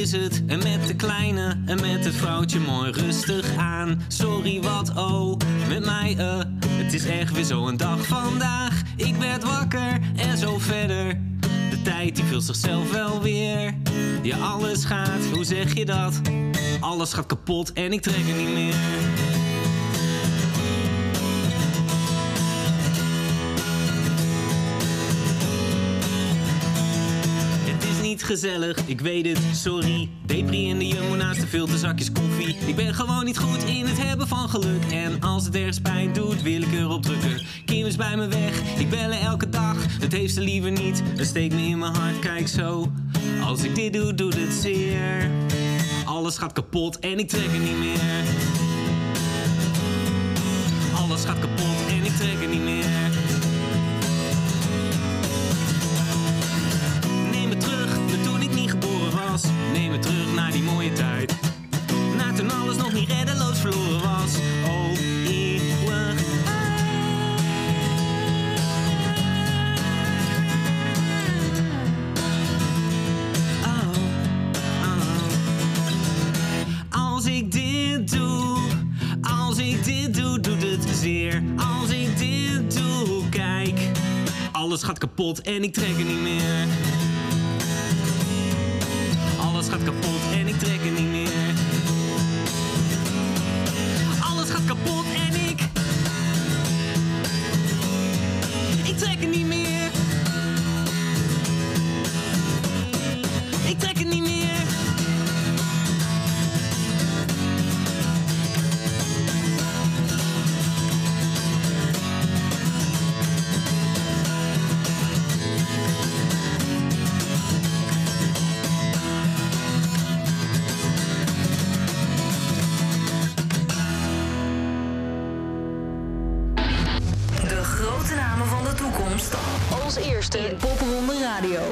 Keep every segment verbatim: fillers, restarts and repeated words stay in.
is het? En met de kleine en met het vrouwtje mooi rustig aan. Sorry wat, oh, met mij, eh, uh, het is echt weer zo'n dag vandaag. Ik werd wakker en zo verder. De tijd die vult zichzelf wel weer. Ja, alles gaat, hoe zeg je dat? Alles gaat kapot en ik trek er niet meer. Niet gezellig, ik weet het, sorry. Depri in de Jumbo naast de filterzakjes koffie. Ik ben gewoon niet goed in het hebben van geluk. En als het ergens pijn doet, wil ik erop drukken. Kim is bij me weg, ik bel haar elke dag. Het heeft ze liever niet, het steekt me in mijn hart, kijk zo. Als ik dit doe, doet het zeer. Alles gaat kapot en ik trek er niet meer. Alles gaat kapot en ik trek er niet meer. Neem me terug naar die mooie tijd. Na toen alles nog niet reddeloos verloren was. Oh, eeuwig. Oh, oh. Als ik dit doe, als ik dit doe, doet het zeer. Als ik dit doe, kijk. Alles gaat kapot en ik trek er niet meer. Alles gaat kapot en ik trek er niet meer. Alles gaat kapot en ik... Ik trek er niet meer. Ik trek er niet meer. Als eerste in Popronde Radio.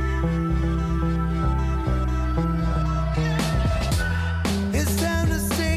It's time to say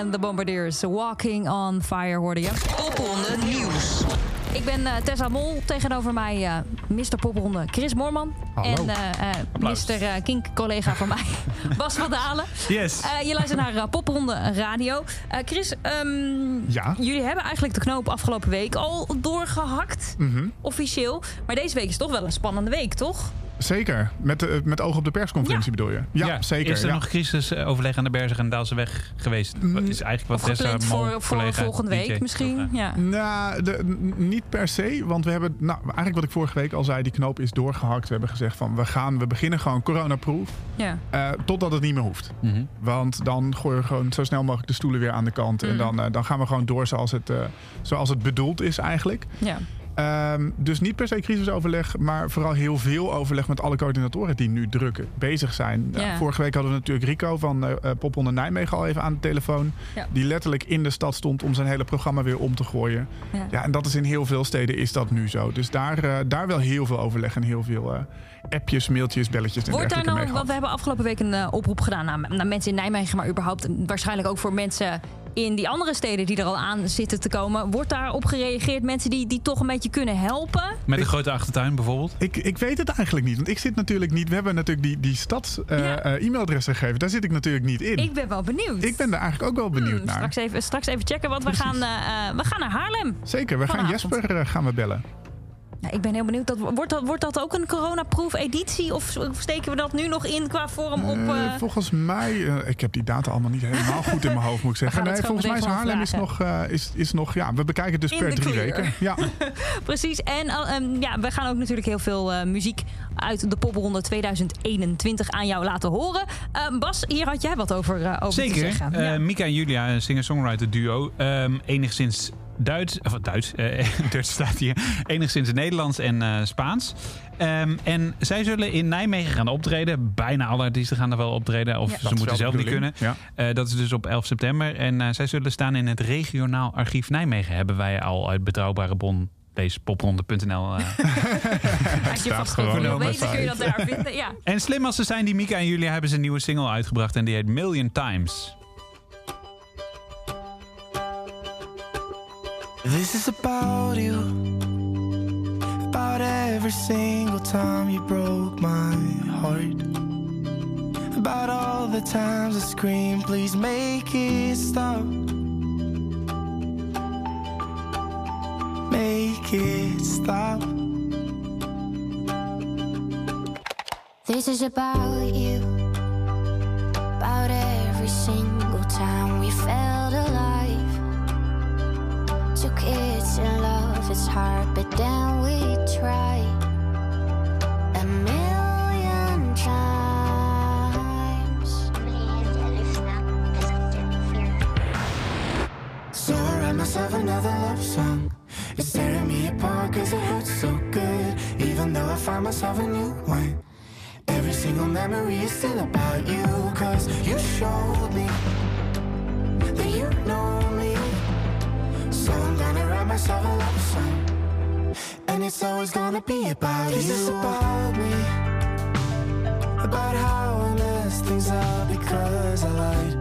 en The Bombardiers. Walking on Fire hoorde je. Popronde Nieuws. Ik ben uh, Tessa Mol. Tegenover mij uh, mister Popronde Chris Moorman. Hallo. En uh, uh, mister Uh, Kink-collega van mij, Bas van Dalen. Yes. Uh, je luistert naar uh, Popronde Radio. Uh, Chris, um, Ja? jullie hebben eigenlijk de knoop afgelopen week al doorgehakt. Mm-hmm. Officieel. Maar deze week is toch wel een spannende week, toch? Zeker. Met, uh, met oog op de persconferentie Ja. bedoel je? Ja, Ja, zeker. Is er ja. nog crisisoverleg aan de Bergen en Daalseweg geweest? Wat is eigenlijk wat Of Tessa gepland Mol, voor, voor collega volgende D J, week misschien. wil Ja. Nou, de, n- niet per se. Want we hebben, nou, eigenlijk wat ik vorige week al zei, die knoop is doorgehakt. We hebben gezegd van, we gaan, we beginnen gewoon coronaproof. Ja. Uh, totdat het niet meer hoeft. Mhm. Want dan gooien we gewoon zo snel mogelijk de stoelen weer aan de kant. Mm. En dan, uh, dan gaan we gewoon door zoals het, uh, zoals het bedoeld is eigenlijk. Ja. Um, dus niet per se crisisoverleg, maar vooral heel veel overleg met alle coördinatoren die nu druk bezig zijn. Ja. Uh, vorige week hadden we natuurlijk Rico van uh, Popronde Nijmegen al even aan de telefoon. Ja. Die letterlijk in de stad stond om zijn hele programma weer om te gooien. Ja. Ja, en dat is in heel veel steden is dat nu zo. Dus daar, uh, daar wel heel veel overleg en heel veel uh, appjes, mailtjes, belletjes en Wordt daar dergelijke nou, mee want gehad. we hebben afgelopen week een uh, oproep gedaan naar, naar mensen in Nijmegen, maar überhaupt waarschijnlijk ook voor mensen in die andere steden die er al aan zitten te komen. Wordt daarop gereageerd? Mensen die, die toch een beetje kunnen helpen? Met een grote achtertuin bijvoorbeeld? Ik, ik weet het eigenlijk niet, want ik zit natuurlijk niet... We hebben natuurlijk die, die stads uh, Ja. uh, e-mailadres gegeven. Daar zit ik natuurlijk niet in. Ik ben wel benieuwd. Ik ben er eigenlijk ook wel benieuwd Hmm, naar. straks, even, straks even checken, want we gaan, uh, uh, we gaan naar Haarlem. Zeker, we gaan Vanavond. Jesper uh, gaan we bellen. Nou, ik ben heel benieuwd. Dat, wordt, dat, wordt dat ook een coronaproof editie? Of steken we dat nu nog in qua vorm op... Uh... Uh, volgens mij, uh, ik heb die data allemaal niet helemaal goed in mijn hoofd, moet ik zeggen. gaan Nee, het zo volgens mij is meteen Haarlem is gewoon nog, uh, is, is nog, ja, we bekijken het dus In per de drie clear. weken. Ja. Precies. En uh, um, ja, we gaan ook natuurlijk heel veel uh, muziek uit de Popronde tweeduizend eenentwintig aan jou laten horen. Uh, Bas, hier had jij wat over, uh, over Zeker. te zeggen. Uh, Ja. Mika en Julia, een singer-songwriter duo. Um, enigszins Duits, of Duits, uh, Duits staat hier. Enigszins Nederlands en uh, Spaans. Um, en zij zullen in Nijmegen gaan optreden. Bijna alle artiesten gaan er wel optreden. Of Ja. ze Dat is moeten wel zelf de niet kunnen. bedoeling. Ja. Uh, dat is dus op elf september. En uh, zij zullen staan in het regionaal archief Nijmegen. Hebben wij al uit betrouwbare bron. Deze popronde punt n l. Uh. Als je staat vast gewoon wil op de weten, kun je dat site. daar vinden. Ja. En slim als ze zijn, die Mika en Julia hebben ze een nieuwe single uitgebracht. En die heet Million Times. This is about you, about every single time you broke my heart, about all the times I screamed, please make it stop, make it stop. This is about you, about every single time we felt alive. Took it to love, it's hard, but then we try a million times. So I write myself another love song. It's tearing me apart cause it hurts so good, even though I find myself a new one. Every single memory is still about you, cause you showed me that you know me. So I'm gonna write myself a love song, and it's always gonna be about you. This is about me, about how I messed things up because I lied,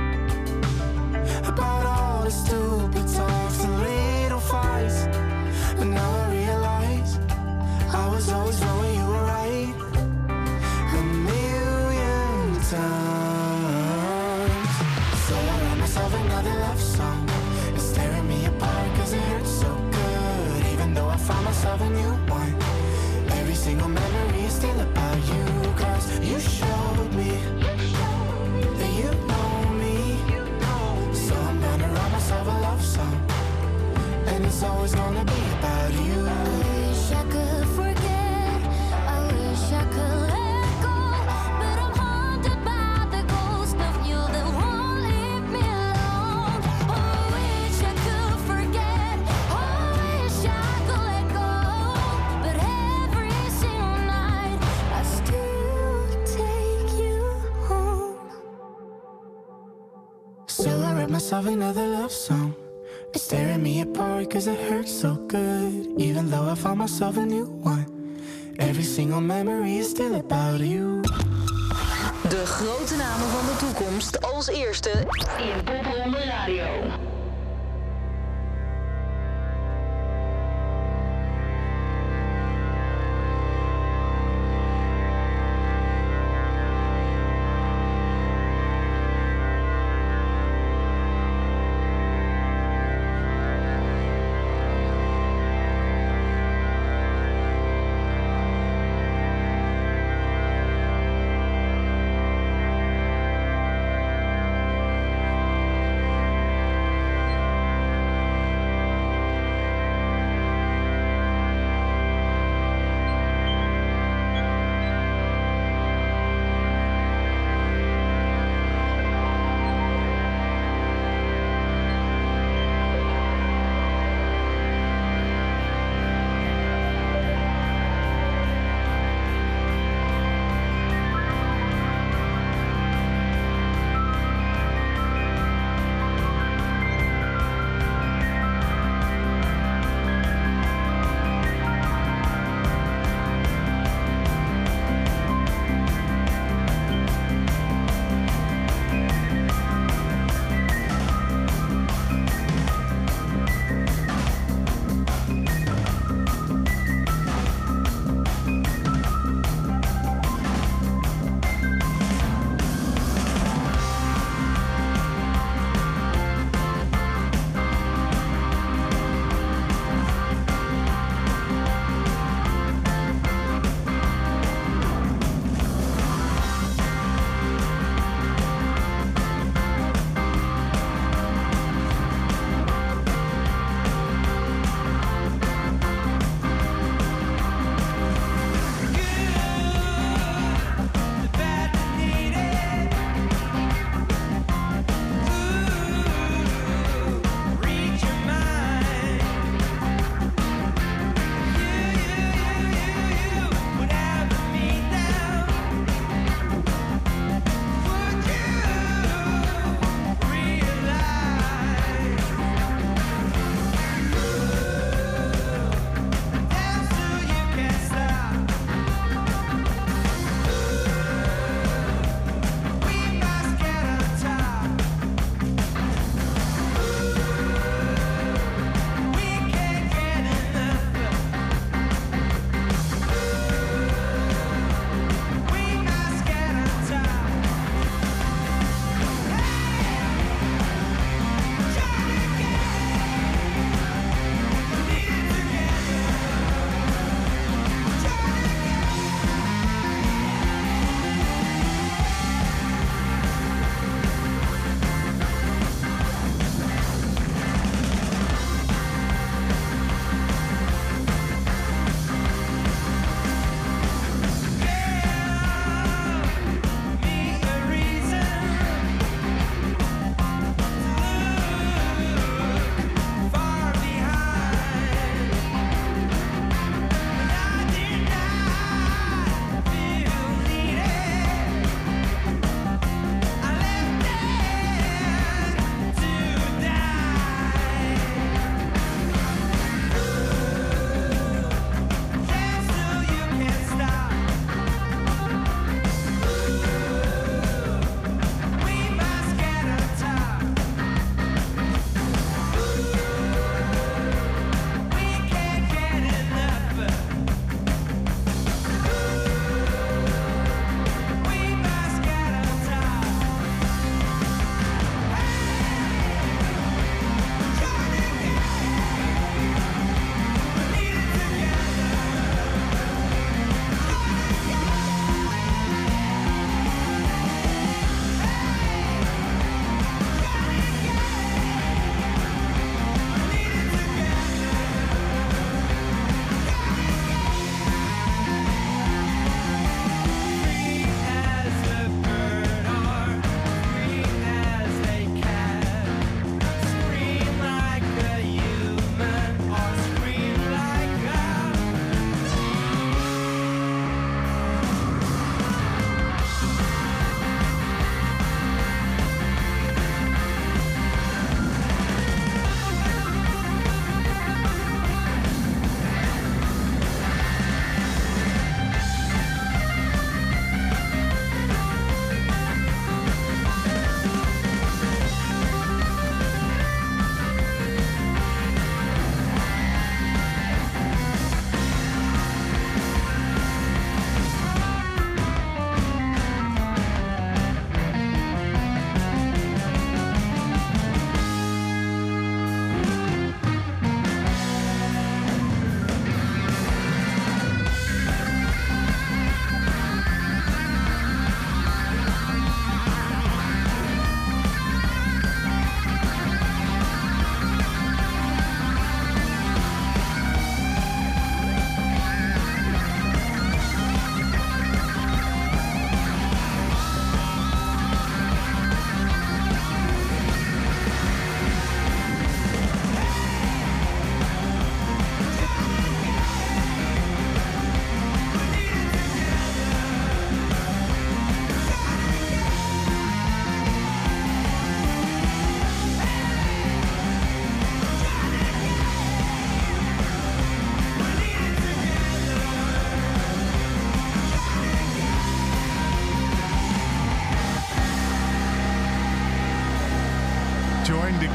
about all the stupid talks and little fights. But now I realize I was always wrong when you were right. A million times. So I write myself another love song. It's tearing me apart cause it hurts so good, even though I found myself a new one. Every single memory is still about you, cause you showed me that you know me. So I'm gonna write myself a love song, and it's always gonna be about you. I wish I could forget, I wish I could let go, but I'm haunted by the ghost of you that won't leave me alone. Oh, I wish I could forget, oh, I wish I could let go, but every single night I still take you home. So I write myself another love song. It's tearing me apart cause it hurts so good, even though I found myself a new one. Every single memory is still about you. De grote namen van de toekomst als eerste in Popronde Radio.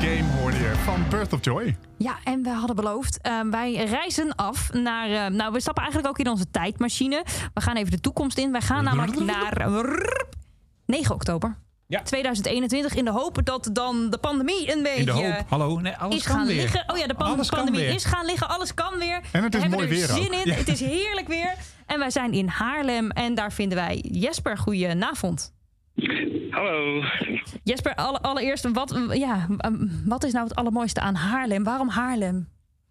Game hoorde je van Birth of Joy. Ja, en we hadden beloofd, uh, wij reizen af naar... Uh, nou, we stappen eigenlijk ook in onze tijdmachine. We gaan even de toekomst in. Wij gaan namelijk naar negen oktober. Ja. tweeduizend eenentwintig, in de hoop dat dan de pandemie een beetje... In de hoop, hallo, nee, alles is kan gaan weer. liggen. Oh ja, de pan- pandemie is gaan liggen, alles kan weer. En het is we mooi hebben er weer zin ook. in, Ja. het is heerlijk weer. En wij zijn in Haarlem en daar vinden wij Jesper. Goedenavond. Hallo. Jesper, alle, allereerst, wat, ja, wat is nou het allermooiste aan Haarlem? Waarom Haarlem?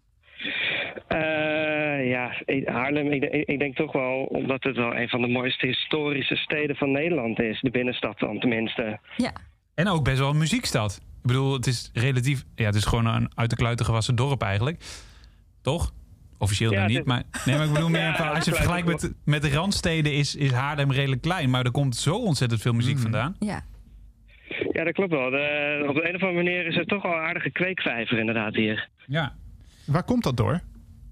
Uh, ja, Haarlem, ik, ik denk toch wel omdat het wel een van de mooiste historische steden van Nederland is. De binnenstad dan tenminste. Ja. En ook best wel een muziekstad. Ik bedoel, het is relatief... Ja, het is gewoon een uit de kluiten gewassen dorp eigenlijk. Toch? Officieel ja, dan niet, is... maar, nee, maar ik bedoel meer ja, van, als je het vergelijkt met, met de randsteden is, is Haarlem redelijk klein. Maar er komt zo ontzettend veel muziek mm. vandaan. Ja. Ja, dat klopt wel. De, op de een of andere manier is er toch wel een aardige kweekvijver inderdaad hier. Ja. Waar komt dat door?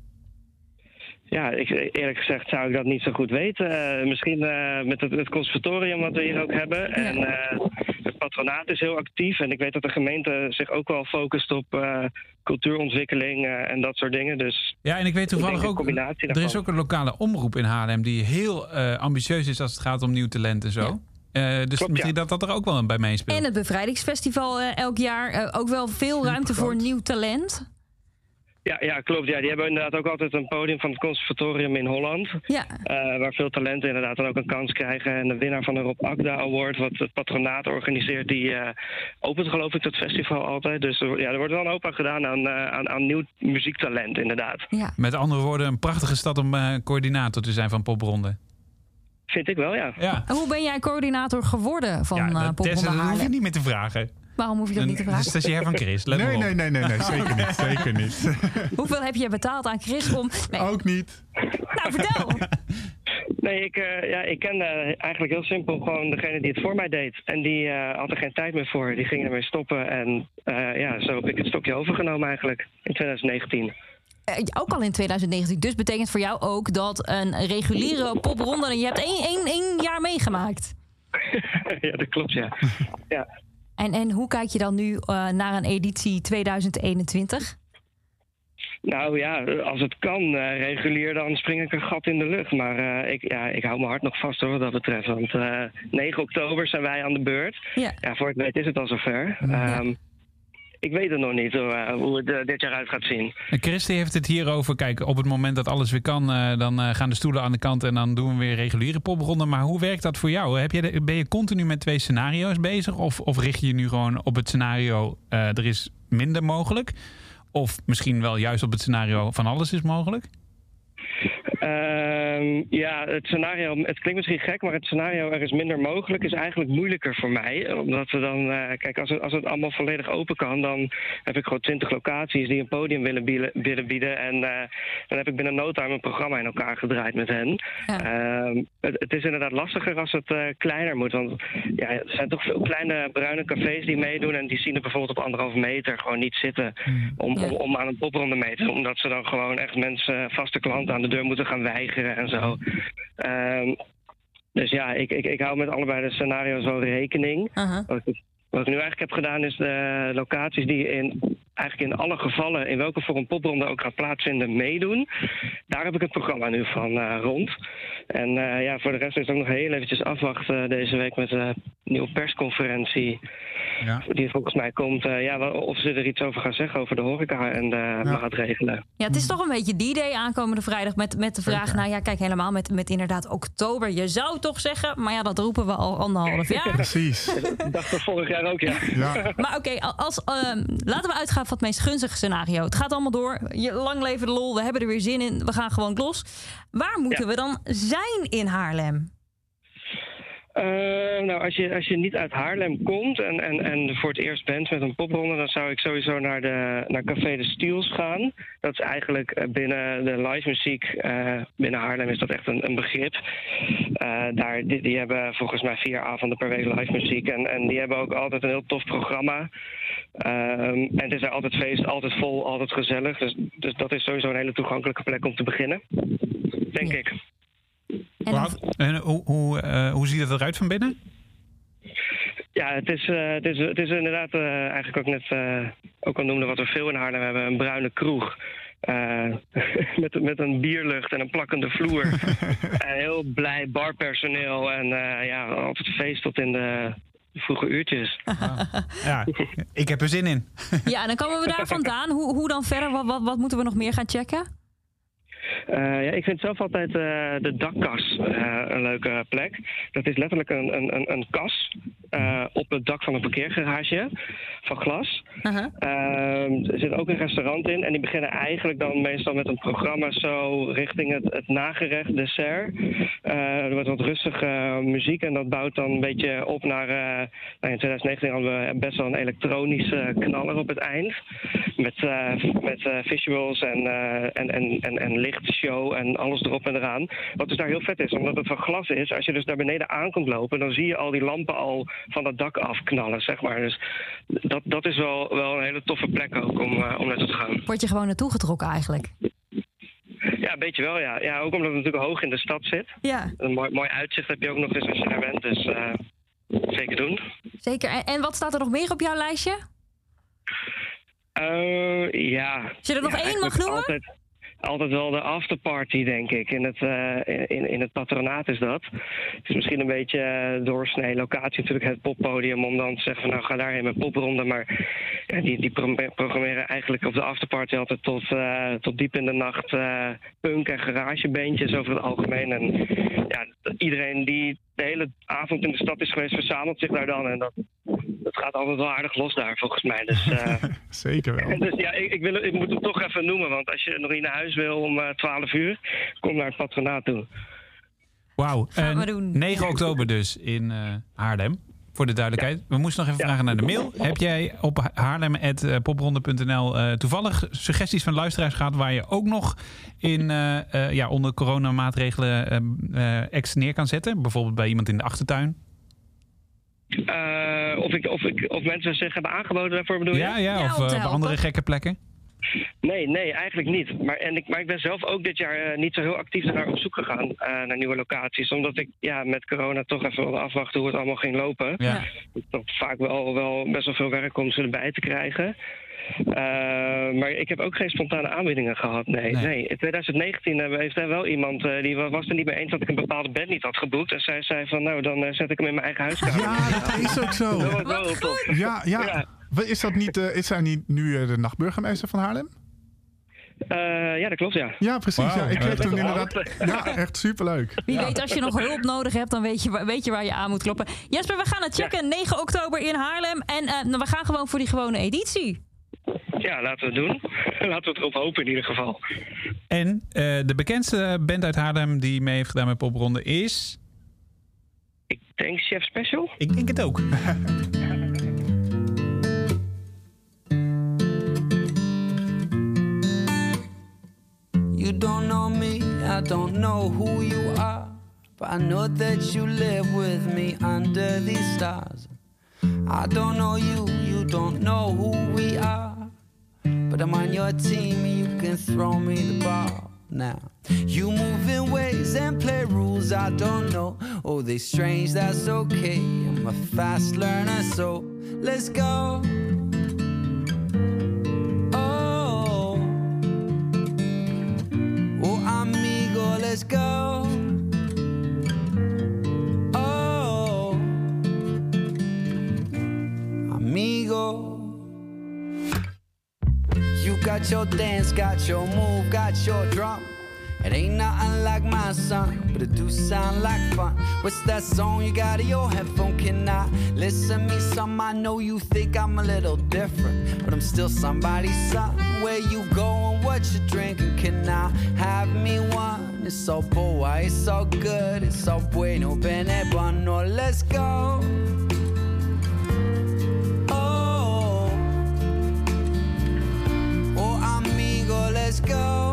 Ja, ik, eerlijk gezegd zou ik dat niet zo goed weten. Uh, misschien uh, met het, het conservatorium wat we hier ook hebben. Ja. En uh, het patronaat is heel actief. En ik weet dat de gemeente zich ook wel focust op uh, cultuurontwikkeling uh, en dat soort dingen. Dus ja, en ik weet toevallig ook, er is ook een lokale omroep in Haarlem die heel uh, ambitieus is als het gaat om nieuw talent en zo. Ja. Uh, dus Klopt, misschien ja. dat dat er ook wel bij meespeelt. En het Bevrijdingsfestival uh, elk jaar. Uh, ook wel veel ruimte voor nieuw talent. Ja, ja, klopt. Ja, die hebben inderdaad ook altijd een podium van het conservatorium in Holland. Ja. Uh, waar veel talenten inderdaad dan ook een kans krijgen. En de winnaar van de Rob Akda Award, wat het patronaat organiseert, die uh, opent geloof ik dat festival altijd. Dus ja, er wordt wel een hoop aan gedaan aan, uh, aan, aan nieuw muziektalent inderdaad. Ja. Met andere woorden, een prachtige stad om uh, coördinator te zijn van Popronde. Vind ik wel, ja. ja. En hoe ben jij coördinator geworden van ja, uh, Popronde Haarlem? Dat hoef je niet meer te vragen. Waarom hoef je dat een, niet te vragen? De stagiair van Chris, let nee, maar op. nee, nee, nee, nee, zeker niet. Zeker niet. Hoeveel heb je betaald aan Chris om... Nee. Ook niet. Nou, vertel. Nee, ik, uh, ja, ik kende eigenlijk heel simpel gewoon degene die het voor mij deed. En die uh, had er geen tijd meer voor. Die ging ermee stoppen. En uh, ja, zo heb ik het stokje overgenomen eigenlijk in twintig negentien. Uh, ook al in twintig negentien. Dus betekent voor jou ook dat een reguliere popronde... Je hebt één, één, één jaar meegemaakt. Ja, dat klopt, ja. Ja. En, en hoe kijk je dan nu uh, naar een editie twintig eenentwintig? Nou ja, als het kan uh, regulier, dan spring ik een gat in de lucht. Maar uh, ik, ja, ik hou mijn hart nog vast hoor, wat dat betreft. Want uh, negen oktober zijn wij aan de beurt. Ja. Ja, voor het weet is het al zover. Ja. Um, ik weet het nog niet uh, hoe het uh, dit jaar uit gaat zien. Christy heeft het hier over. Kijk, op het moment dat alles weer kan, uh, dan uh, gaan de stoelen aan de kant en dan doen we weer reguliere popronden. Maar hoe werkt dat voor jou? Heb je de, ben je continu met twee scenario's bezig? Of, of richt je je nu gewoon op het scenario uh, er is minder mogelijk? Of misschien wel juist op het scenario van alles is mogelijk? Uh, ja, het scenario, het klinkt misschien gek, maar het scenario er is minder mogelijk is eigenlijk moeilijker voor mij. Omdat we dan, uh, kijk, als het, als het allemaal volledig open kan, dan heb ik gewoon twintig locaties die een podium willen bieden. willen bieden en uh, dan heb ik binnen no time een programma in elkaar gedraaid met hen. Ja. Uh, het, het is inderdaad lastiger als het uh, kleiner moet, want ja, er zijn toch veel kleine bruine cafés die meedoen en die zien er bijvoorbeeld op anderhalve meter gewoon niet zitten om, ja. om, om aan een popronde mee te doen. Omdat ze dan gewoon echt mensen, vaste klanten aan de deur moeten gaan weigeren en zo. Um, dus ja, ik, ik, ik hou met allebei de scenario's wel rekening. Uh-huh. Wat, ik, wat ik nu eigenlijk heb gedaan is de locaties die in, eigenlijk in alle gevallen, in welke vorm popronde ook gaat plaatsvinden, meedoen. Daar heb ik het programma nu van uh, rond. En uh, ja, voor de rest is het ook nog heel eventjes afwachten deze week met de nieuwe persconferentie. Ja. Die volgens mij komt, uh, ja, of ze er iets over gaan zeggen over de horeca en de ja. maatregelen. Ja, het is toch een beetje die idee aankomende vrijdag met, met de vraag, nou ja, kijk helemaal met, met inderdaad oktober. Je zou toch zeggen, maar ja, dat roepen we al anderhalf jaar. Precies. Dat dacht ik vorig jaar ook, ja. ja. Maar oké, okay, als uh, laten we uitgaan van het meest gunstige scenario. Het gaat allemaal door, je, lang leven de lol, we hebben er weer zin in, we gaan gewoon los. Waar moeten ja. we dan zijn in Haarlem? Uh, nou, als je, als je niet uit Haarlem komt en, en, en voor het eerst bent met een popronde, dan zou ik sowieso naar, de, naar Café de Stiels gaan. Dat is eigenlijk binnen de live muziek, uh, binnen Haarlem is dat echt een, een begrip. Uh, daar, die, die hebben volgens mij vier avonden per week live muziek en, en die hebben ook altijd een heel tof programma. Um, en het is er altijd feest, altijd vol, altijd gezellig. Dus, dus dat is sowieso een hele toegankelijke plek om te beginnen, denk ja. ik. En, dan... en hoe, hoe, uh, hoe ziet het eruit van binnen? Ja, het is, uh, het is, het is inderdaad uh, eigenlijk ook net uh, ook al noemde wat we veel in Haarlem hebben, een bruine kroeg. Uh, met, met een bierlucht en een plakkende vloer. En heel blij barpersoneel. En uh, ja, altijd feest tot in de vroege uurtjes. Wow. Ja, ik heb er zin in. Ja, en dan komen we daar vandaan. Hoe, hoe dan verder? Wat, wat, wat moeten we nog meer gaan checken? Uh, ja, ik vind zelf altijd uh, de dakkas uh, een leuke plek. Dat is letterlijk een, een, een kas uh, op het dak van een parkeergarage van glas. Uh-huh. Uh, er zit ook een restaurant in en die beginnen eigenlijk dan meestal met een programma zo richting het, het nagerecht, dessert. Uh, er wordt wat rustige uh, muziek en dat bouwt dan een beetje op naar... Uh, nou in twintig negentien hadden we best wel een elektronische knaller op het eind. Met, uh, met uh, visuals en, uh, en, en, en, en lichtshow en alles erop en eraan. Wat dus daar heel vet is, omdat het van glas is. Als je dus daar beneden aan komt lopen, dan zie je al die lampen al van dat dak afknallen, zeg maar. Dus dat, dat is wel, wel een hele toffe plek ook om, uh, om naartoe te gaan. Word je gewoon naartoe getrokken eigenlijk? Ja, een beetje wel, ja. Ja, ook omdat het natuurlijk hoog in de stad zit. Ja. Een mooi, mooi uitzicht heb je ook nog eens als je daar bent. Dus uh, zeker doen. Zeker. En, en wat staat er nog meer op jouw lijstje? Uh, ja. Als je er nog ja, één mag noemen? Altijd, altijd wel de afterparty, denk ik. In het, uh, in, in het patronaat is dat. Het is misschien een beetje uh, doorsnee locatie, natuurlijk het poppodium, om dan te zeggen van nou ga daarheen met popronde. Maar ja, die, die pro- programmeren eigenlijk op de afterparty altijd tot, uh, tot diep in de nacht uh, punk- en garagebeentjes over het algemeen. En ja, iedereen die de hele avond in de stad is geweest, verzamelt zich daar dan. En dat, dat gaat altijd wel aardig los daar, volgens mij. Dus, uh, Zeker wel. Dus ja, ik, ik, wil, ik moet hem toch even noemen. Want als je nog niet naar huis wil om uh, twaalf uur, kom naar het patronaat toe. Wauw. Gaan we Uh, doen. negen oktober dus in uh, Haarlem. Voor de duidelijkheid. Ja. We moesten nog even ja. vragen naar de mail. Heb jij op haarlem apenstaartje popronde punt n l uh, toevallig suggesties van luisteraars gehad waar je ook nog in uh, uh, ja, onder coronamaatregelen uh, uh, ex neer kan zetten? Bijvoorbeeld bij iemand in de achtertuin? Uh, of, ik, of, ik, of mensen zich hebben aangeboden daarvoor, bedoel je? Ja, ja, Ja, of om te uh, helpen. andere gekke plekken? Nee, nee, eigenlijk niet. Maar, en ik, maar ik ben zelf ook dit jaar uh, niet zo heel actief naar op zoek gegaan uh, naar nieuwe locaties. Omdat ik ja, met corona toch even wilde afwachten hoe het allemaal ging lopen. Ja. Ik toch vaak wel, wel best wel veel werk om ze erbij te krijgen. Uh, maar ik heb ook geen spontane aanbiedingen gehad. Nee, nee. nee. In twintig negentien uh, heeft er wel iemand uh, die was er niet mee eens dat ik een bepaalde band niet had geboekt. En zij zei van nou, dan uh, zet ik hem in mijn eigen huiskamer. Ja, dat is ook zo. Dat was wel tof. Ja, ja. Ja. Is dat niet, uh, is hij niet nu uh, de nachtburgemeester van Haarlem? Uh, ja, dat klopt, ja. Ja, precies. Wow. Ja, ik kreeg Ja, toen dat inderdaad... Ja, echt superleuk. Wie Ja. weet, als je nog hulp nodig hebt, dan weet je, wa- weet je waar je aan moet kloppen. Jesper, we gaan het checken. negen oktober in Haarlem. En uh, nou, we gaan gewoon voor die gewone editie. Ja, laten we het doen. Laten we het erop hopen in ieder geval. En uh, de bekendste band uit Haarlem die mee heeft gedaan met popronde is... Ik denk Chef Special. Ik denk het ook. You don't know me, I don't know who you are, but I know that you live with me under these stars. I don't know you, you don't know who we are, but I'm on your team and you can throw me the ball now. You move in ways and play rules I don't know. Oh, they strange, that's okay. I'm a fast learner, so let's go. Oh, oh, amigo, let's go. Oh, amigo. You got your dance, got your move, got your drum. It ain't nothing like my son, but it do sound like fun. What's that song you got in your headphone? Can I listen me some? I know you think I'm a little different, but I'm still somebody's son. Where you going, what you drinking? Can I have me one? It's so boy, it's so good, it's so bueno, bene bueno. Let's go. Oh, oh, amigo, let's go.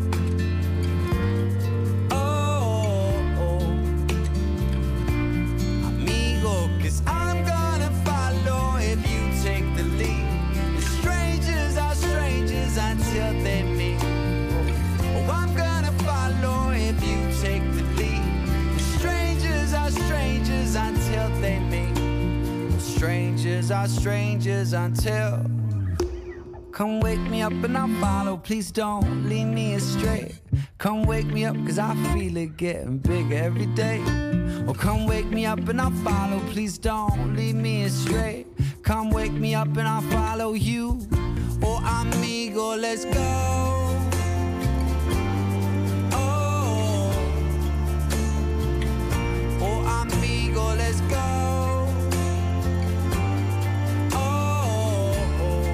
I'm gonna follow if you take the lead. And strangers are strangers until they meet. Oh, I'm gonna follow if you take the lead. And strangers are strangers until they meet. Strangers are strangers until Come wake me up and I'll follow. Please don't lead me astray. Come wake me up cause I feel it getting bigger every day. Oh, come wake me up and I'll follow. Please don't lead me astray. Come wake me up and I'll follow you. Oh, amigo, let's go. Oh, oh, amigo, let's go. Oh, oh,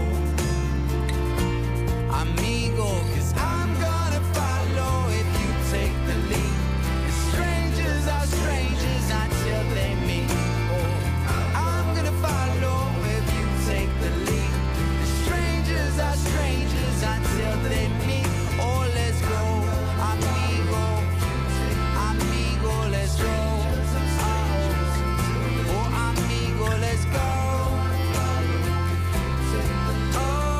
amigo, cause I'm gonna follow if you take the lead. Strangers are strangers until they meet. Oh, I'm gonna follow if you take the lead. Strangers are strangers until they meet. Oh, let's go, amigo, amigo, let's go. Oh, oh, amigo, let's go. Oh,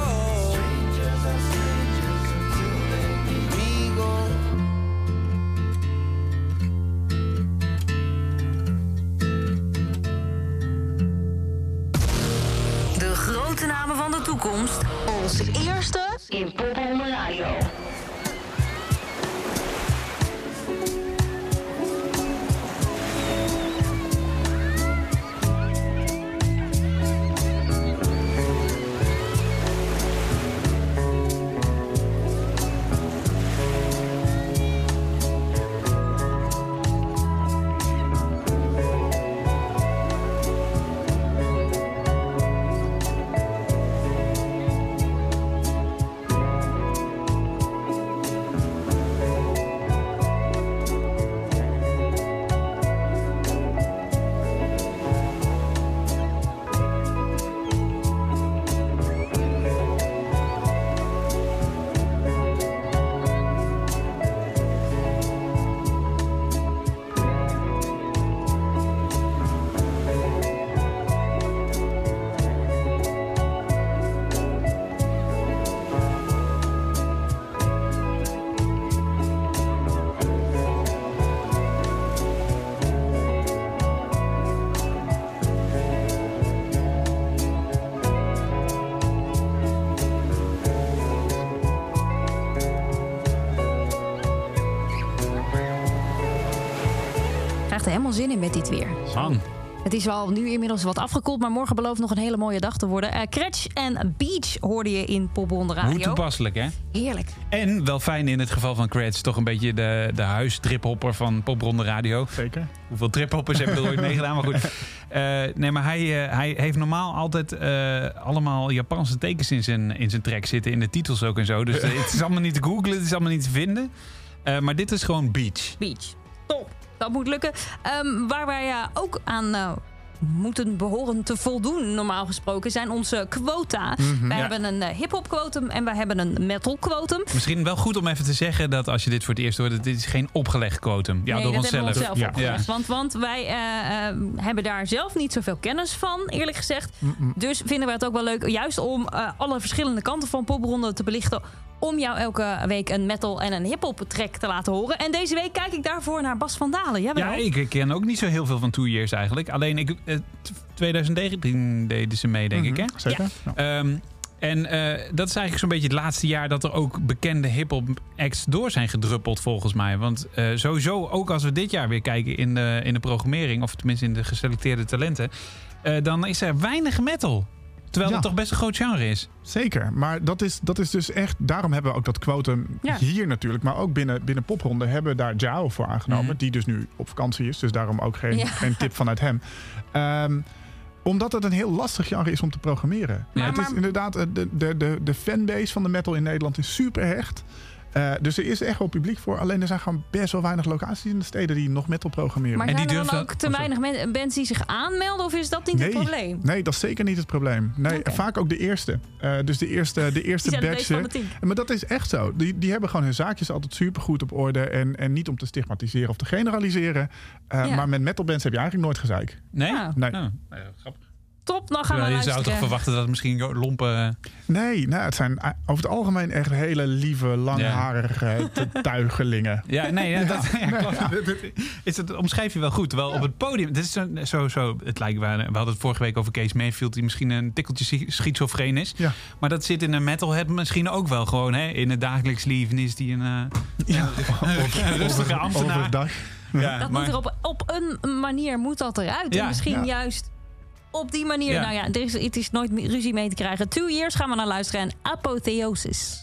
amigo. De grote namen van de toekomst. Als eerste in Popronde Radio. Er helemaal zin in met dit weer. Man. Het is wel nu inmiddels wat afgekoeld, maar morgen belooft nog een hele mooie dag te worden. Uh, Cratch en Beach hoorde je in Popronde Radio. Hoe toepasselijk, hè? Heerlijk. En wel fijn in het geval van Cratch, toch een beetje de, de huistriphopper van Popronde Radio. Zeker. Hoeveel triphoppers hebben er ooit meegedaan, maar goed. Uh, nee, maar hij, uh, hij heeft normaal altijd uh, allemaal Japanse tekens in zijn, in zijn track zitten, in de titels ook en zo. Dus uh, het is allemaal niet te googlen, het is allemaal niet te vinden. Uh, maar dit is gewoon Beach. Beach. Top. Dat moet lukken. Um, waar wij uh, ook aan uh, moeten behoren te voldoen, normaal gesproken, zijn onze quota. Mm-hmm, wij ja. hebben een uh, hip-hop quotum en wij hebben een metal quotum. Misschien wel goed om even te zeggen dat als je dit voor het eerst hoort, dit is geen opgelegd quotum. Ja, nee, door dat onszelf. hebben we onszelf ja. opgelegd. Ja. Want, want wij uh, uh, hebben daar zelf niet zoveel kennis van, eerlijk gezegd. Mm-mm. Dus vinden we het ook wel leuk, juist om uh, alle verschillende kanten van Popronde te belichten, om jou elke week een metal en een hip-hop track te laten horen. En deze week kijk ik daarvoor naar Bas van Dalen. Jawel. Ja, ik ken ook niet zo heel veel van Two Years eigenlijk. Alleen ik, uh, twintig dertien deden ze mee, denk mm-hmm. ik. Hè? Zeker. Ja. Um, en uh, dat is eigenlijk zo'n beetje het laatste jaar dat er ook bekende hip-hop acts door zijn gedruppeld, volgens mij. Want uh, sowieso, ook als we dit jaar weer kijken in de, in de programmering, of tenminste in de geselecteerde talenten, uh, dan is er weinig metal. Terwijl ja. het toch best een groot genre is. Zeker, maar dat is, dat is dus echt... Daarom hebben we ook dat quotum ja. hier natuurlijk. Maar ook binnen, binnen Popronde hebben we daar Jao voor aangenomen. Mm-hmm. Die dus nu op vakantie is. Dus daarom ook geen, ja. geen tip vanuit hem. Um, omdat het een heel lastig genre is om te programmeren. Maar, het maar, is inderdaad... De, de, de, de fanbase van de metal in Nederland is super hecht. Uh, dus er is echt wel publiek voor. Alleen er zijn gewoon best wel weinig locaties in de steden die nog metal programmeren. Maar en zijn die er dan ook dat... te weinig men- mensen die zich aanmelden? Of is dat niet nee, het probleem? Nee, dat is zeker niet het probleem. Nee, okay. Vaak ook de eerste. Uh, dus de eerste, de eerste die batch. Maar dat is echt zo. Die, die hebben gewoon hun zaakjes altijd supergoed op orde. En, en niet om te stigmatiseren of te generaliseren. Uh, ja. Maar met metalbands heb je eigenlijk nooit gezeik. Nee? Ja. Nee. Oh, nou ja, grappig. top. Dan gaan we Ja, je zou luisteren. toch verwachten dat het misschien lompe... Nee, nou, het zijn over het algemeen echt hele lieve, langharige ja. tuigelingen. Ja, nee, ja, dat, ja, klopt. Is het, omschrijf je wel goed. Terwijl ja. op het podium, dit is zo, zo, zo het lijkt, we hadden het vorige week over Kees Mayfield, die misschien een tikkeltje schizofreen is. Ja. Maar dat zit in een metalhead misschien ook wel gewoon. Hè? In het dagelijks leven is die een, uh, ja. een rustige ambtenaar. Overdag. Ja, dat maar, moet er op, op een manier moet dat eruit. Ja, en misschien ja. juist op die manier. Ja. Nou ja, er is, het is nooit ruzie mee te krijgen. Two Years gaan we naar luisteren. En Apotheosis.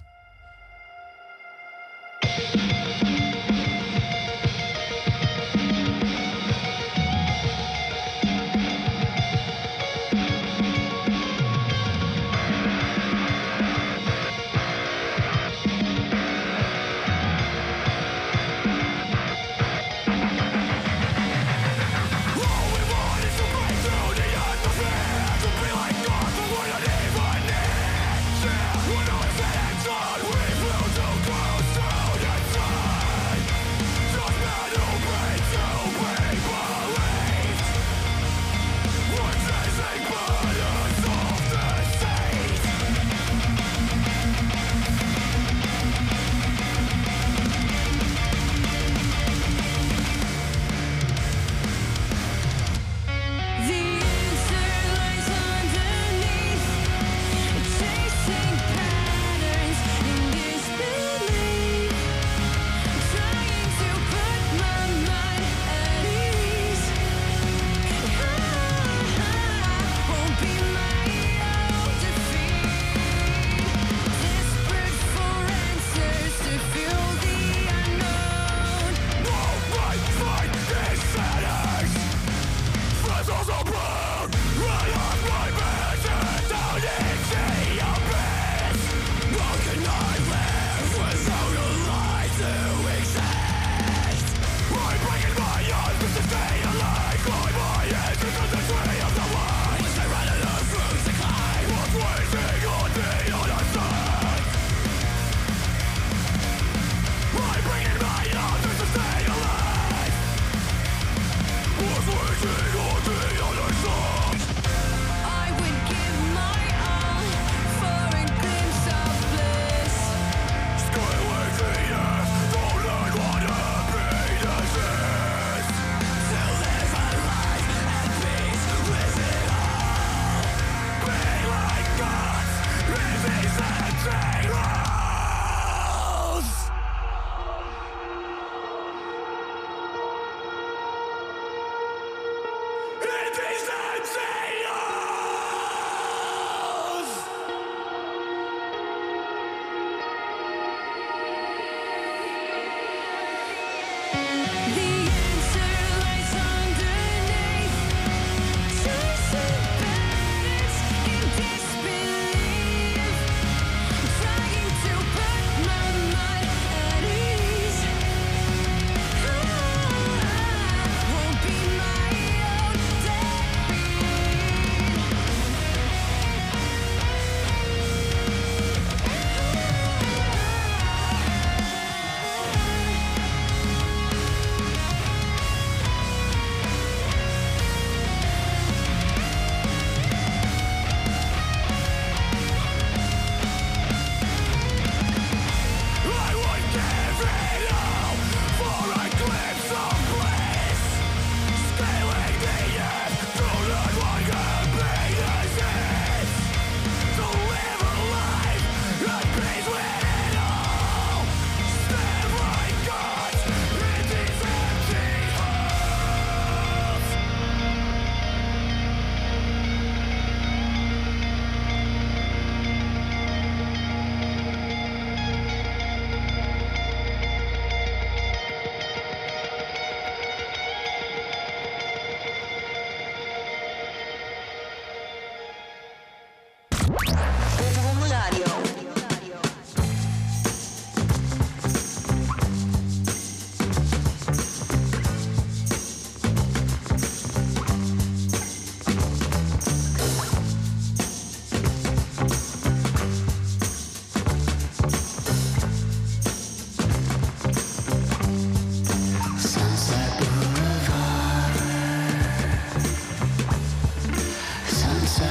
Sunset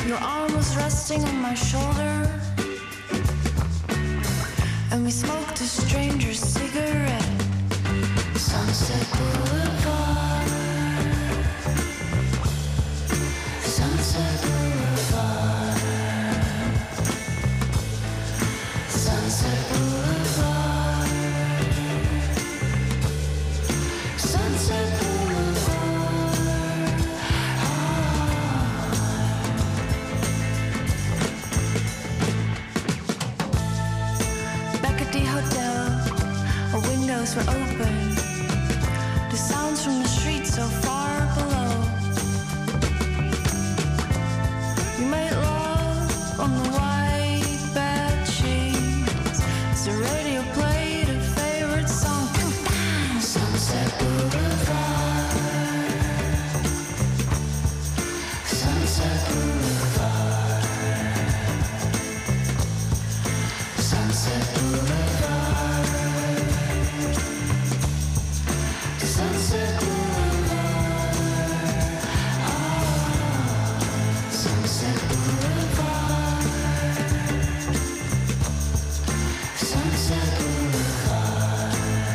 Your arm was resting on my shoulder, and we smoked a stranger's cigarette. Sunset Boulevard, Sunset Boulevard, Sunset Boulevard, Sunset Boulevard. Back at the hotel, our windows were open. The sounds from the street so far below. We made love on the white bed sheets as the radio played a favorite song. Sunset Boulevard, Sunset Boulevard, Sunset Boulevard, Sunset Boulevard, ah, Sunset Boulevard, Sunset Boulevard,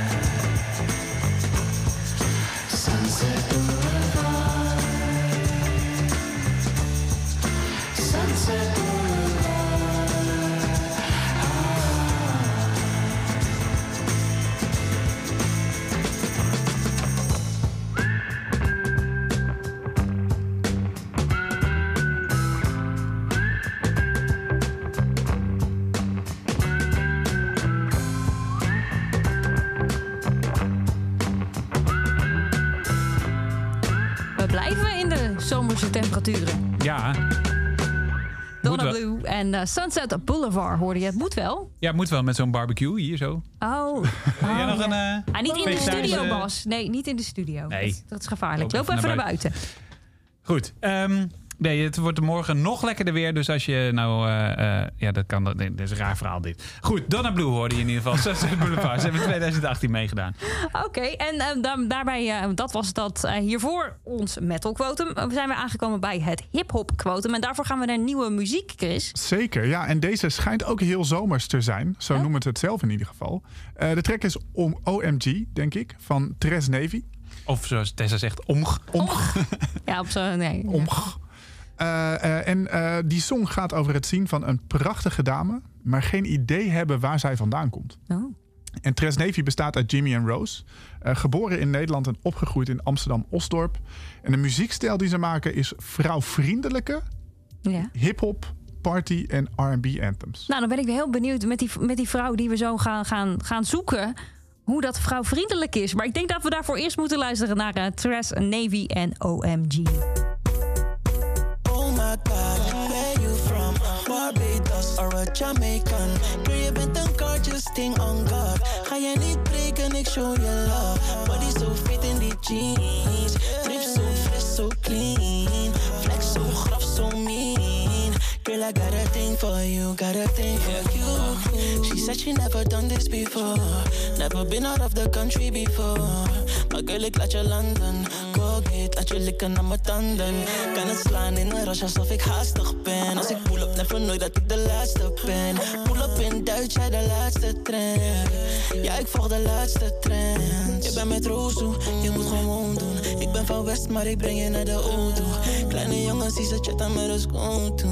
Sunset Boulevard, Sunset Boulevard, We blijven in de zomerse temperaturen. Ja. Donna wel. Blue en uh, Sunset Boulevard hoorde je. Het moet wel. Ja, het moet wel met zo'n barbecue hier zo. Oh. Heb jij Oh, nog ja. een... eh, Ah, niet in de vegetarische- studio, Bas. Nee, niet in de studio. Nee. Dat, dat is gevaarlijk. Loop Loop even even naar naar buiten. Goed. ehm, nee, het wordt morgen nog lekkerder weer. Dus als je nou... eh, eh, ja, dat kan... Dat, nee, dat is een raar verhaal dit. Goed, Donna Blue hoorde je in ieder geval. Sunset Boulevard. Ze hebben in twintig achttien meegedaan. Oké, en uh, da- daarbij, uh, dat was dat uh, hiervoor ons metal quotum. Uh, we zijn weer aangekomen bij het hip-hop quotum. En daarvoor gaan we naar nieuwe muziek, Chris. Zeker, ja. En deze schijnt ook heel zomers te zijn. Zo Oh. noemen het het zelf in ieder geval. Uh, de track is om O M G, denk ik, van Tres Navy. Of zoals Tessa zegt, omg. Omg. Ja, op zo'n... Nee. Omg. Uh, uh, en uh, die song gaat over het zien van een prachtige dame, maar geen idee hebben waar zij vandaan komt. Oh. En Tres Navy bestaat uit Jimmy en Rose. Uh, geboren in Nederland en opgegroeid in Amsterdam-Osdorp. En de muziekstijl die ze maken is vrouwvriendelijke Ja. hip-hop, party en R en B anthems. Nou, dan ben ik heel benieuwd met die, met die vrouw die we zo gaan, gaan, gaan zoeken. Hoe dat vrouwvriendelijk is. Maar ik denk dat we daarvoor eerst moeten luisteren naar uh, Tres Navy en O M G. Oh my god, where you from? Barbados or a Jamaican? Girl, je bent een gorgeous thing on God. Ga je niet breken, ik show je love. Body so fit in die jeans. Drip so fresh, so clean. Flex so graf, so mean. Girl, I got a thing for you, got a thing for you. She said she never done this before. Never been out of the country before. Maar girl, ik laat je landen. Go get, laat je likken aan mijn tanden. Kan het slaan in een rush alsof ik haastig ben. Als ik pull up, never nooit dat ik de laatste ben. Pull up in Duits, jij de laatste trend. Ja, ik volg de laatste trend. Je bent met Rozo, je moet gewoon doen. Ik ben van West, maar ik breng je naar de auto. Kleine jongens die ze chatten met een scoot.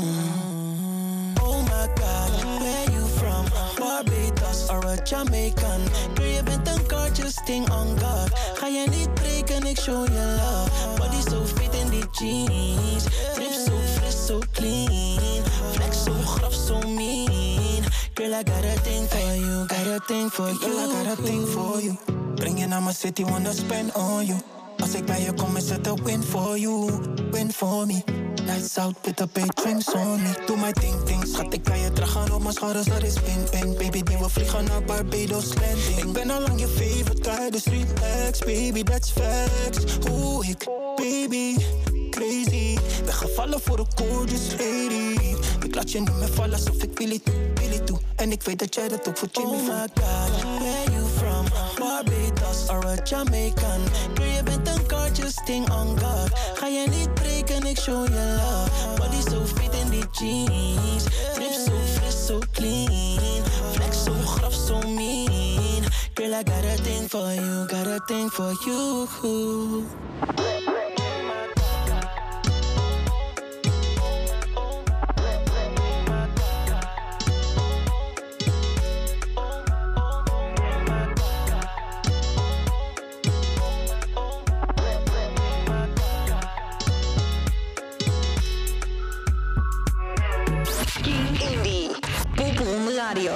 Oh my god, where you from? Barbados or a Jamaican? Girl, je bent een gorgeous thing on God. Ga je niet breken, ik show je love. Body so fit in die jeans. Drip so fresh, so clean. Flex so graf, so mean. Girl, I got a thing for you, got a thing for you. Girl, I got a thing for you. Bring je naar mijn city, wanna spend on you. Als ik bij je kom, is het een win for you, win for me. Nights out with a big drinks on me. Doe my thing, thing, schat, ik kan je dragen op mijn schouders, dat is win, win. Baby, die we vliegen naar Barbados landing. Ik ben al lang je favorite guy, dus relax, baby, that's facts. Hoe ik, baby, crazy. Ben gevallen voor een gorgeous lady. Ik laat je niet meer vallen, alsof ik Billy doe, Billy doe. En ik weet dat jij dat ook voor Jimmy voelt. Oh my god, where you from? Barbados or a Jamaican? Girl, je bent een gorgeous gorgeous thing on God. Ga je niet breken, ik show je love. Body so fit in die jeans. Drip so fresh, so clean. Flex so graf, so mean. Girl, I got a thing for you, got a thing for you. King Indie. Popron Radio.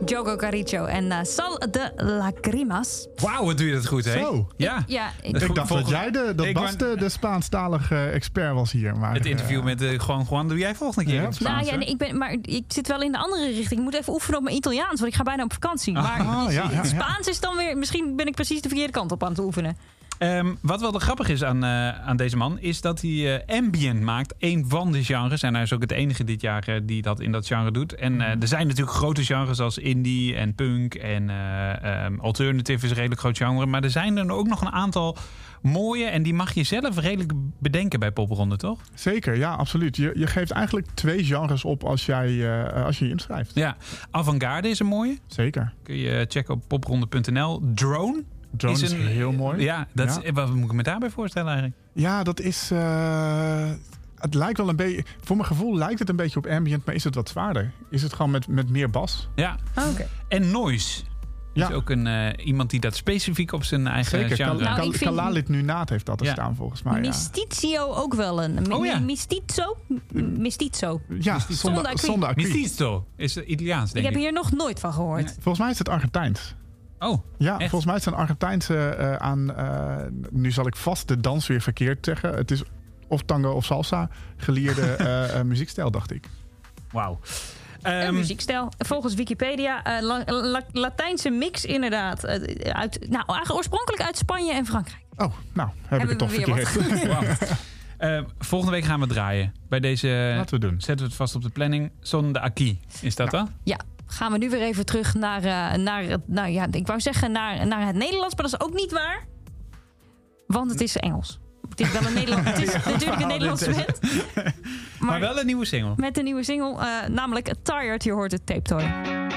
Jogo Carricho en uh, Sal de Lacrimas. Wauw, wat doe je dat goed, hè? Zo. Ja. Ja, ik, Ik dacht Volgende- dat jij de, dat Ik Bas wou- de, de Spaanstalige expert was hier. Maar, Het interview eh, met uh, Juan Juan doe jij volgende keer. Ja, in het Spaans, nou ja, hè? nee, ik ben, maar ik zit wel in de andere richting. Ik moet even oefenen op mijn Italiaans, want ik ga bijna op vakantie. Maar Ah, ja, ja, ja. Spaans is dan weer... Misschien ben ik precies de verkeerde kant op aan het oefenen. Um, wat wel grappig is aan, uh, aan deze man, is dat hij uh, ambient maakt. Een van de genres. En hij is ook het enige dit jaar uh, die dat in dat genre doet. En uh, er zijn natuurlijk grote genres als indie en punk. En uh, um, alternative is een redelijk groot genre. Maar er zijn er ook nog een aantal mooie. En die mag je zelf redelijk bedenken bij Popronde, toch? Zeker, ja, absoluut. Je, je geeft eigenlijk twee genres op als, jij, uh, als je je inschrijft. Ja, Avantgarde is een mooie. Zeker. Kun je checken op popronde punt n l. Drone. Drone is, is een, heel mooi. Ja, dat Ja. Is, wat moet ik me daarbij voorstellen eigenlijk? Ja, dat is... Uh, het lijkt wel een beetje... Voor mijn gevoel lijkt het een beetje op ambient, maar is het wat zwaarder? Is het gewoon met, met meer bas? Ja. Oh, okay. En noise. Ja. Is ook een, uh, iemand die dat specifiek op zijn eigen Zeker. genre... Kal- Nou, Kal- ik vind- Kalalit Nunaat heeft dat er Ja. staan volgens mij. Ja, Mistizio ook wel een. Mi- Oh ja. Mistizzo? M- Mistizzo. ja Zonder zonder, acquis. zonder acquis. Mestizo is het Italiaans, Ik denk ik. heb hier nog nooit van gehoord. Nee. Volgens mij is het Argentijns. Oh, Ja, echt? volgens mij is het een Argentijnse uh, aan... Uh, nu zal ik vast de dans weer verkeerd zeggen. Het is of tango of salsa geleerde uh, uh, muziekstijl, dacht ik. wauw. Een Um, muziekstijl. Volgens Wikipedia uh, la- la- Latijnse mix inderdaad. Uh, uit, nou, eigenlijk oorspronkelijk uit Spanje en Frankrijk. Oh, nou, heb Hebben ik het toch we weer verkeerd. wow. uh, volgende week gaan we draaien. Bij deze Laten we doen. zetten we het vast op de planning. Son de Acquis. Is dat Ja. dan? Ja, gaan we nu weer even terug naar, uh, naar, het- nou ja, ik wou zeggen naar, naar het Nederlands, maar dat is ook niet waar. Want het is Engels. Het is wel een Nederlands, het is natuurlijk een Nederlandse band. Maar, Maar wel een nieuwe single. met een nieuwe single, uh, namelijk Tired, je hoort het Tape Toy.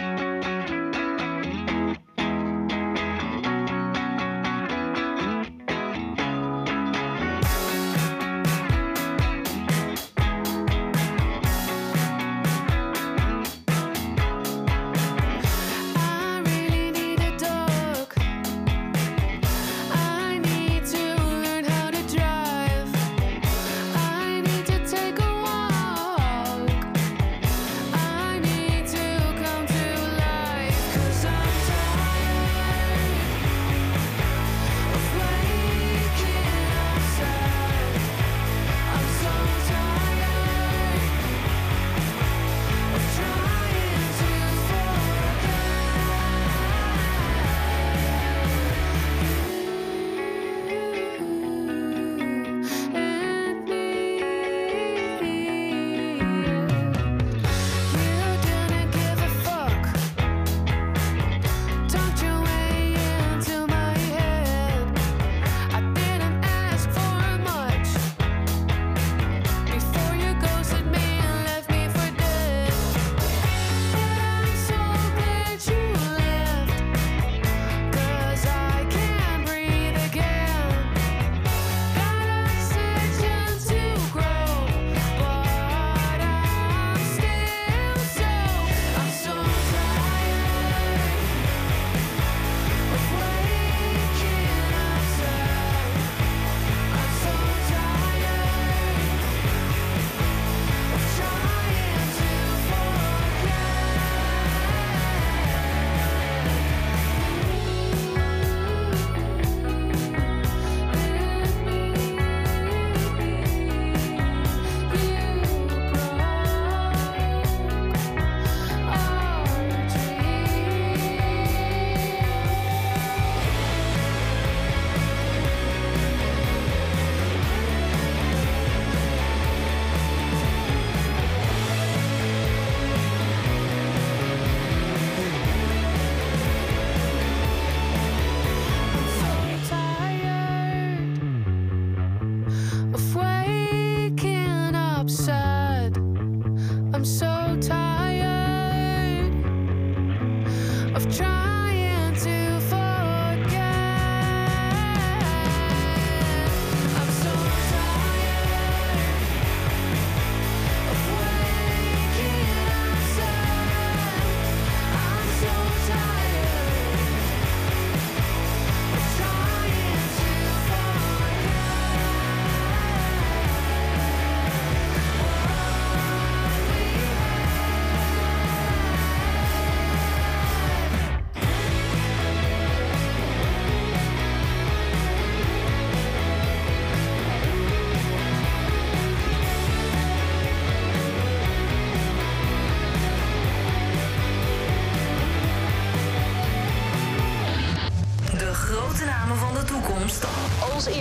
I really need a dog. I need to learn how to drive. I need to take a walk. I need to come to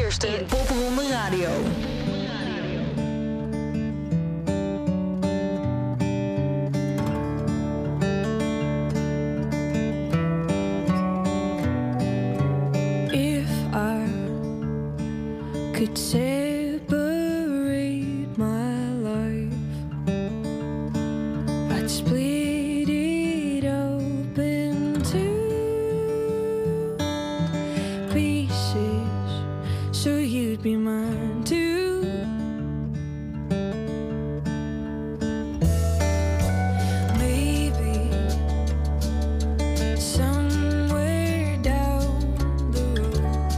eerste in Popronde Radio. If I could separate my life, I'd split it up into pieces so you'd be mine too. Maybe somewhere down the road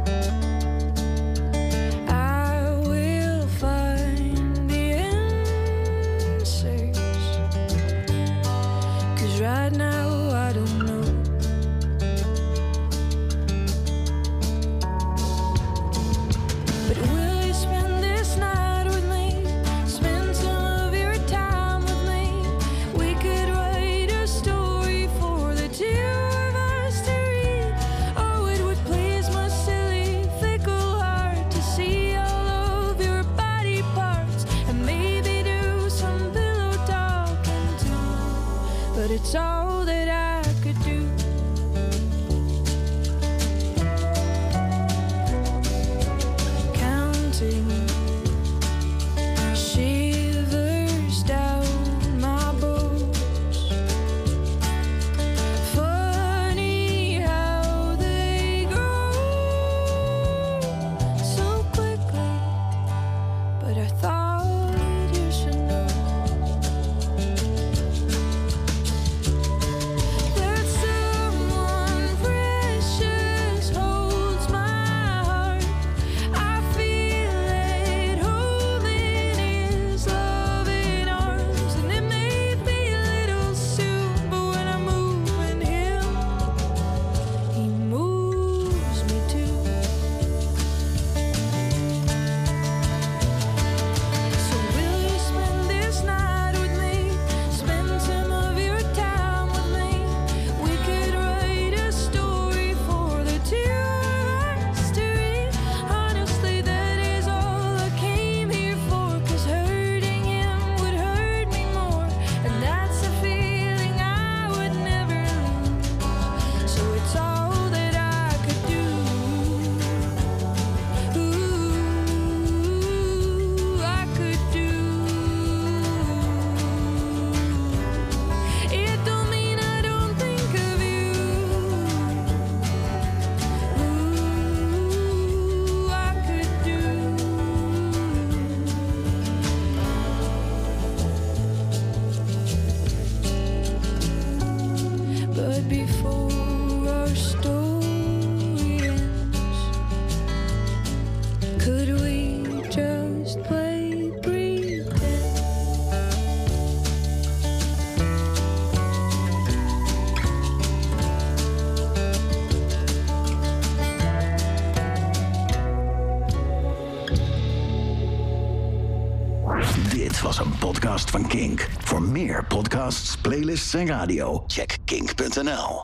I will find the answers. 'Cause right now I don't know. But will you spend this night with me? Spend some of your time with me. We could write a story for the two of us to read. Oh, it would please my silly, fickle heart to see all of your body parts and maybe do some pillow talking too. But it's all that I could do. Counting shivers down my bones. Funny how they grow so quickly, but I thought you should know that someone precious holds my heart. I feel it holding his loving arms, and it may be a little soon, but when I'm moving him, he moves me too. So will you spend this night with me? Spend some of your time with me. We could write a story for the two of us to read. Honestly, that is all I came here for. 'Cause hurting him would hurt me more, and that's a feeling I would never lose. So it's all that I could do. Ooh, I could do. It don't mean I don't think of you. Ooh, I could do. But before our story ends, could we just play pretend? Dit was een podcast van Kink. Voor meer podcasts, playlists en radio, check kink punt n l.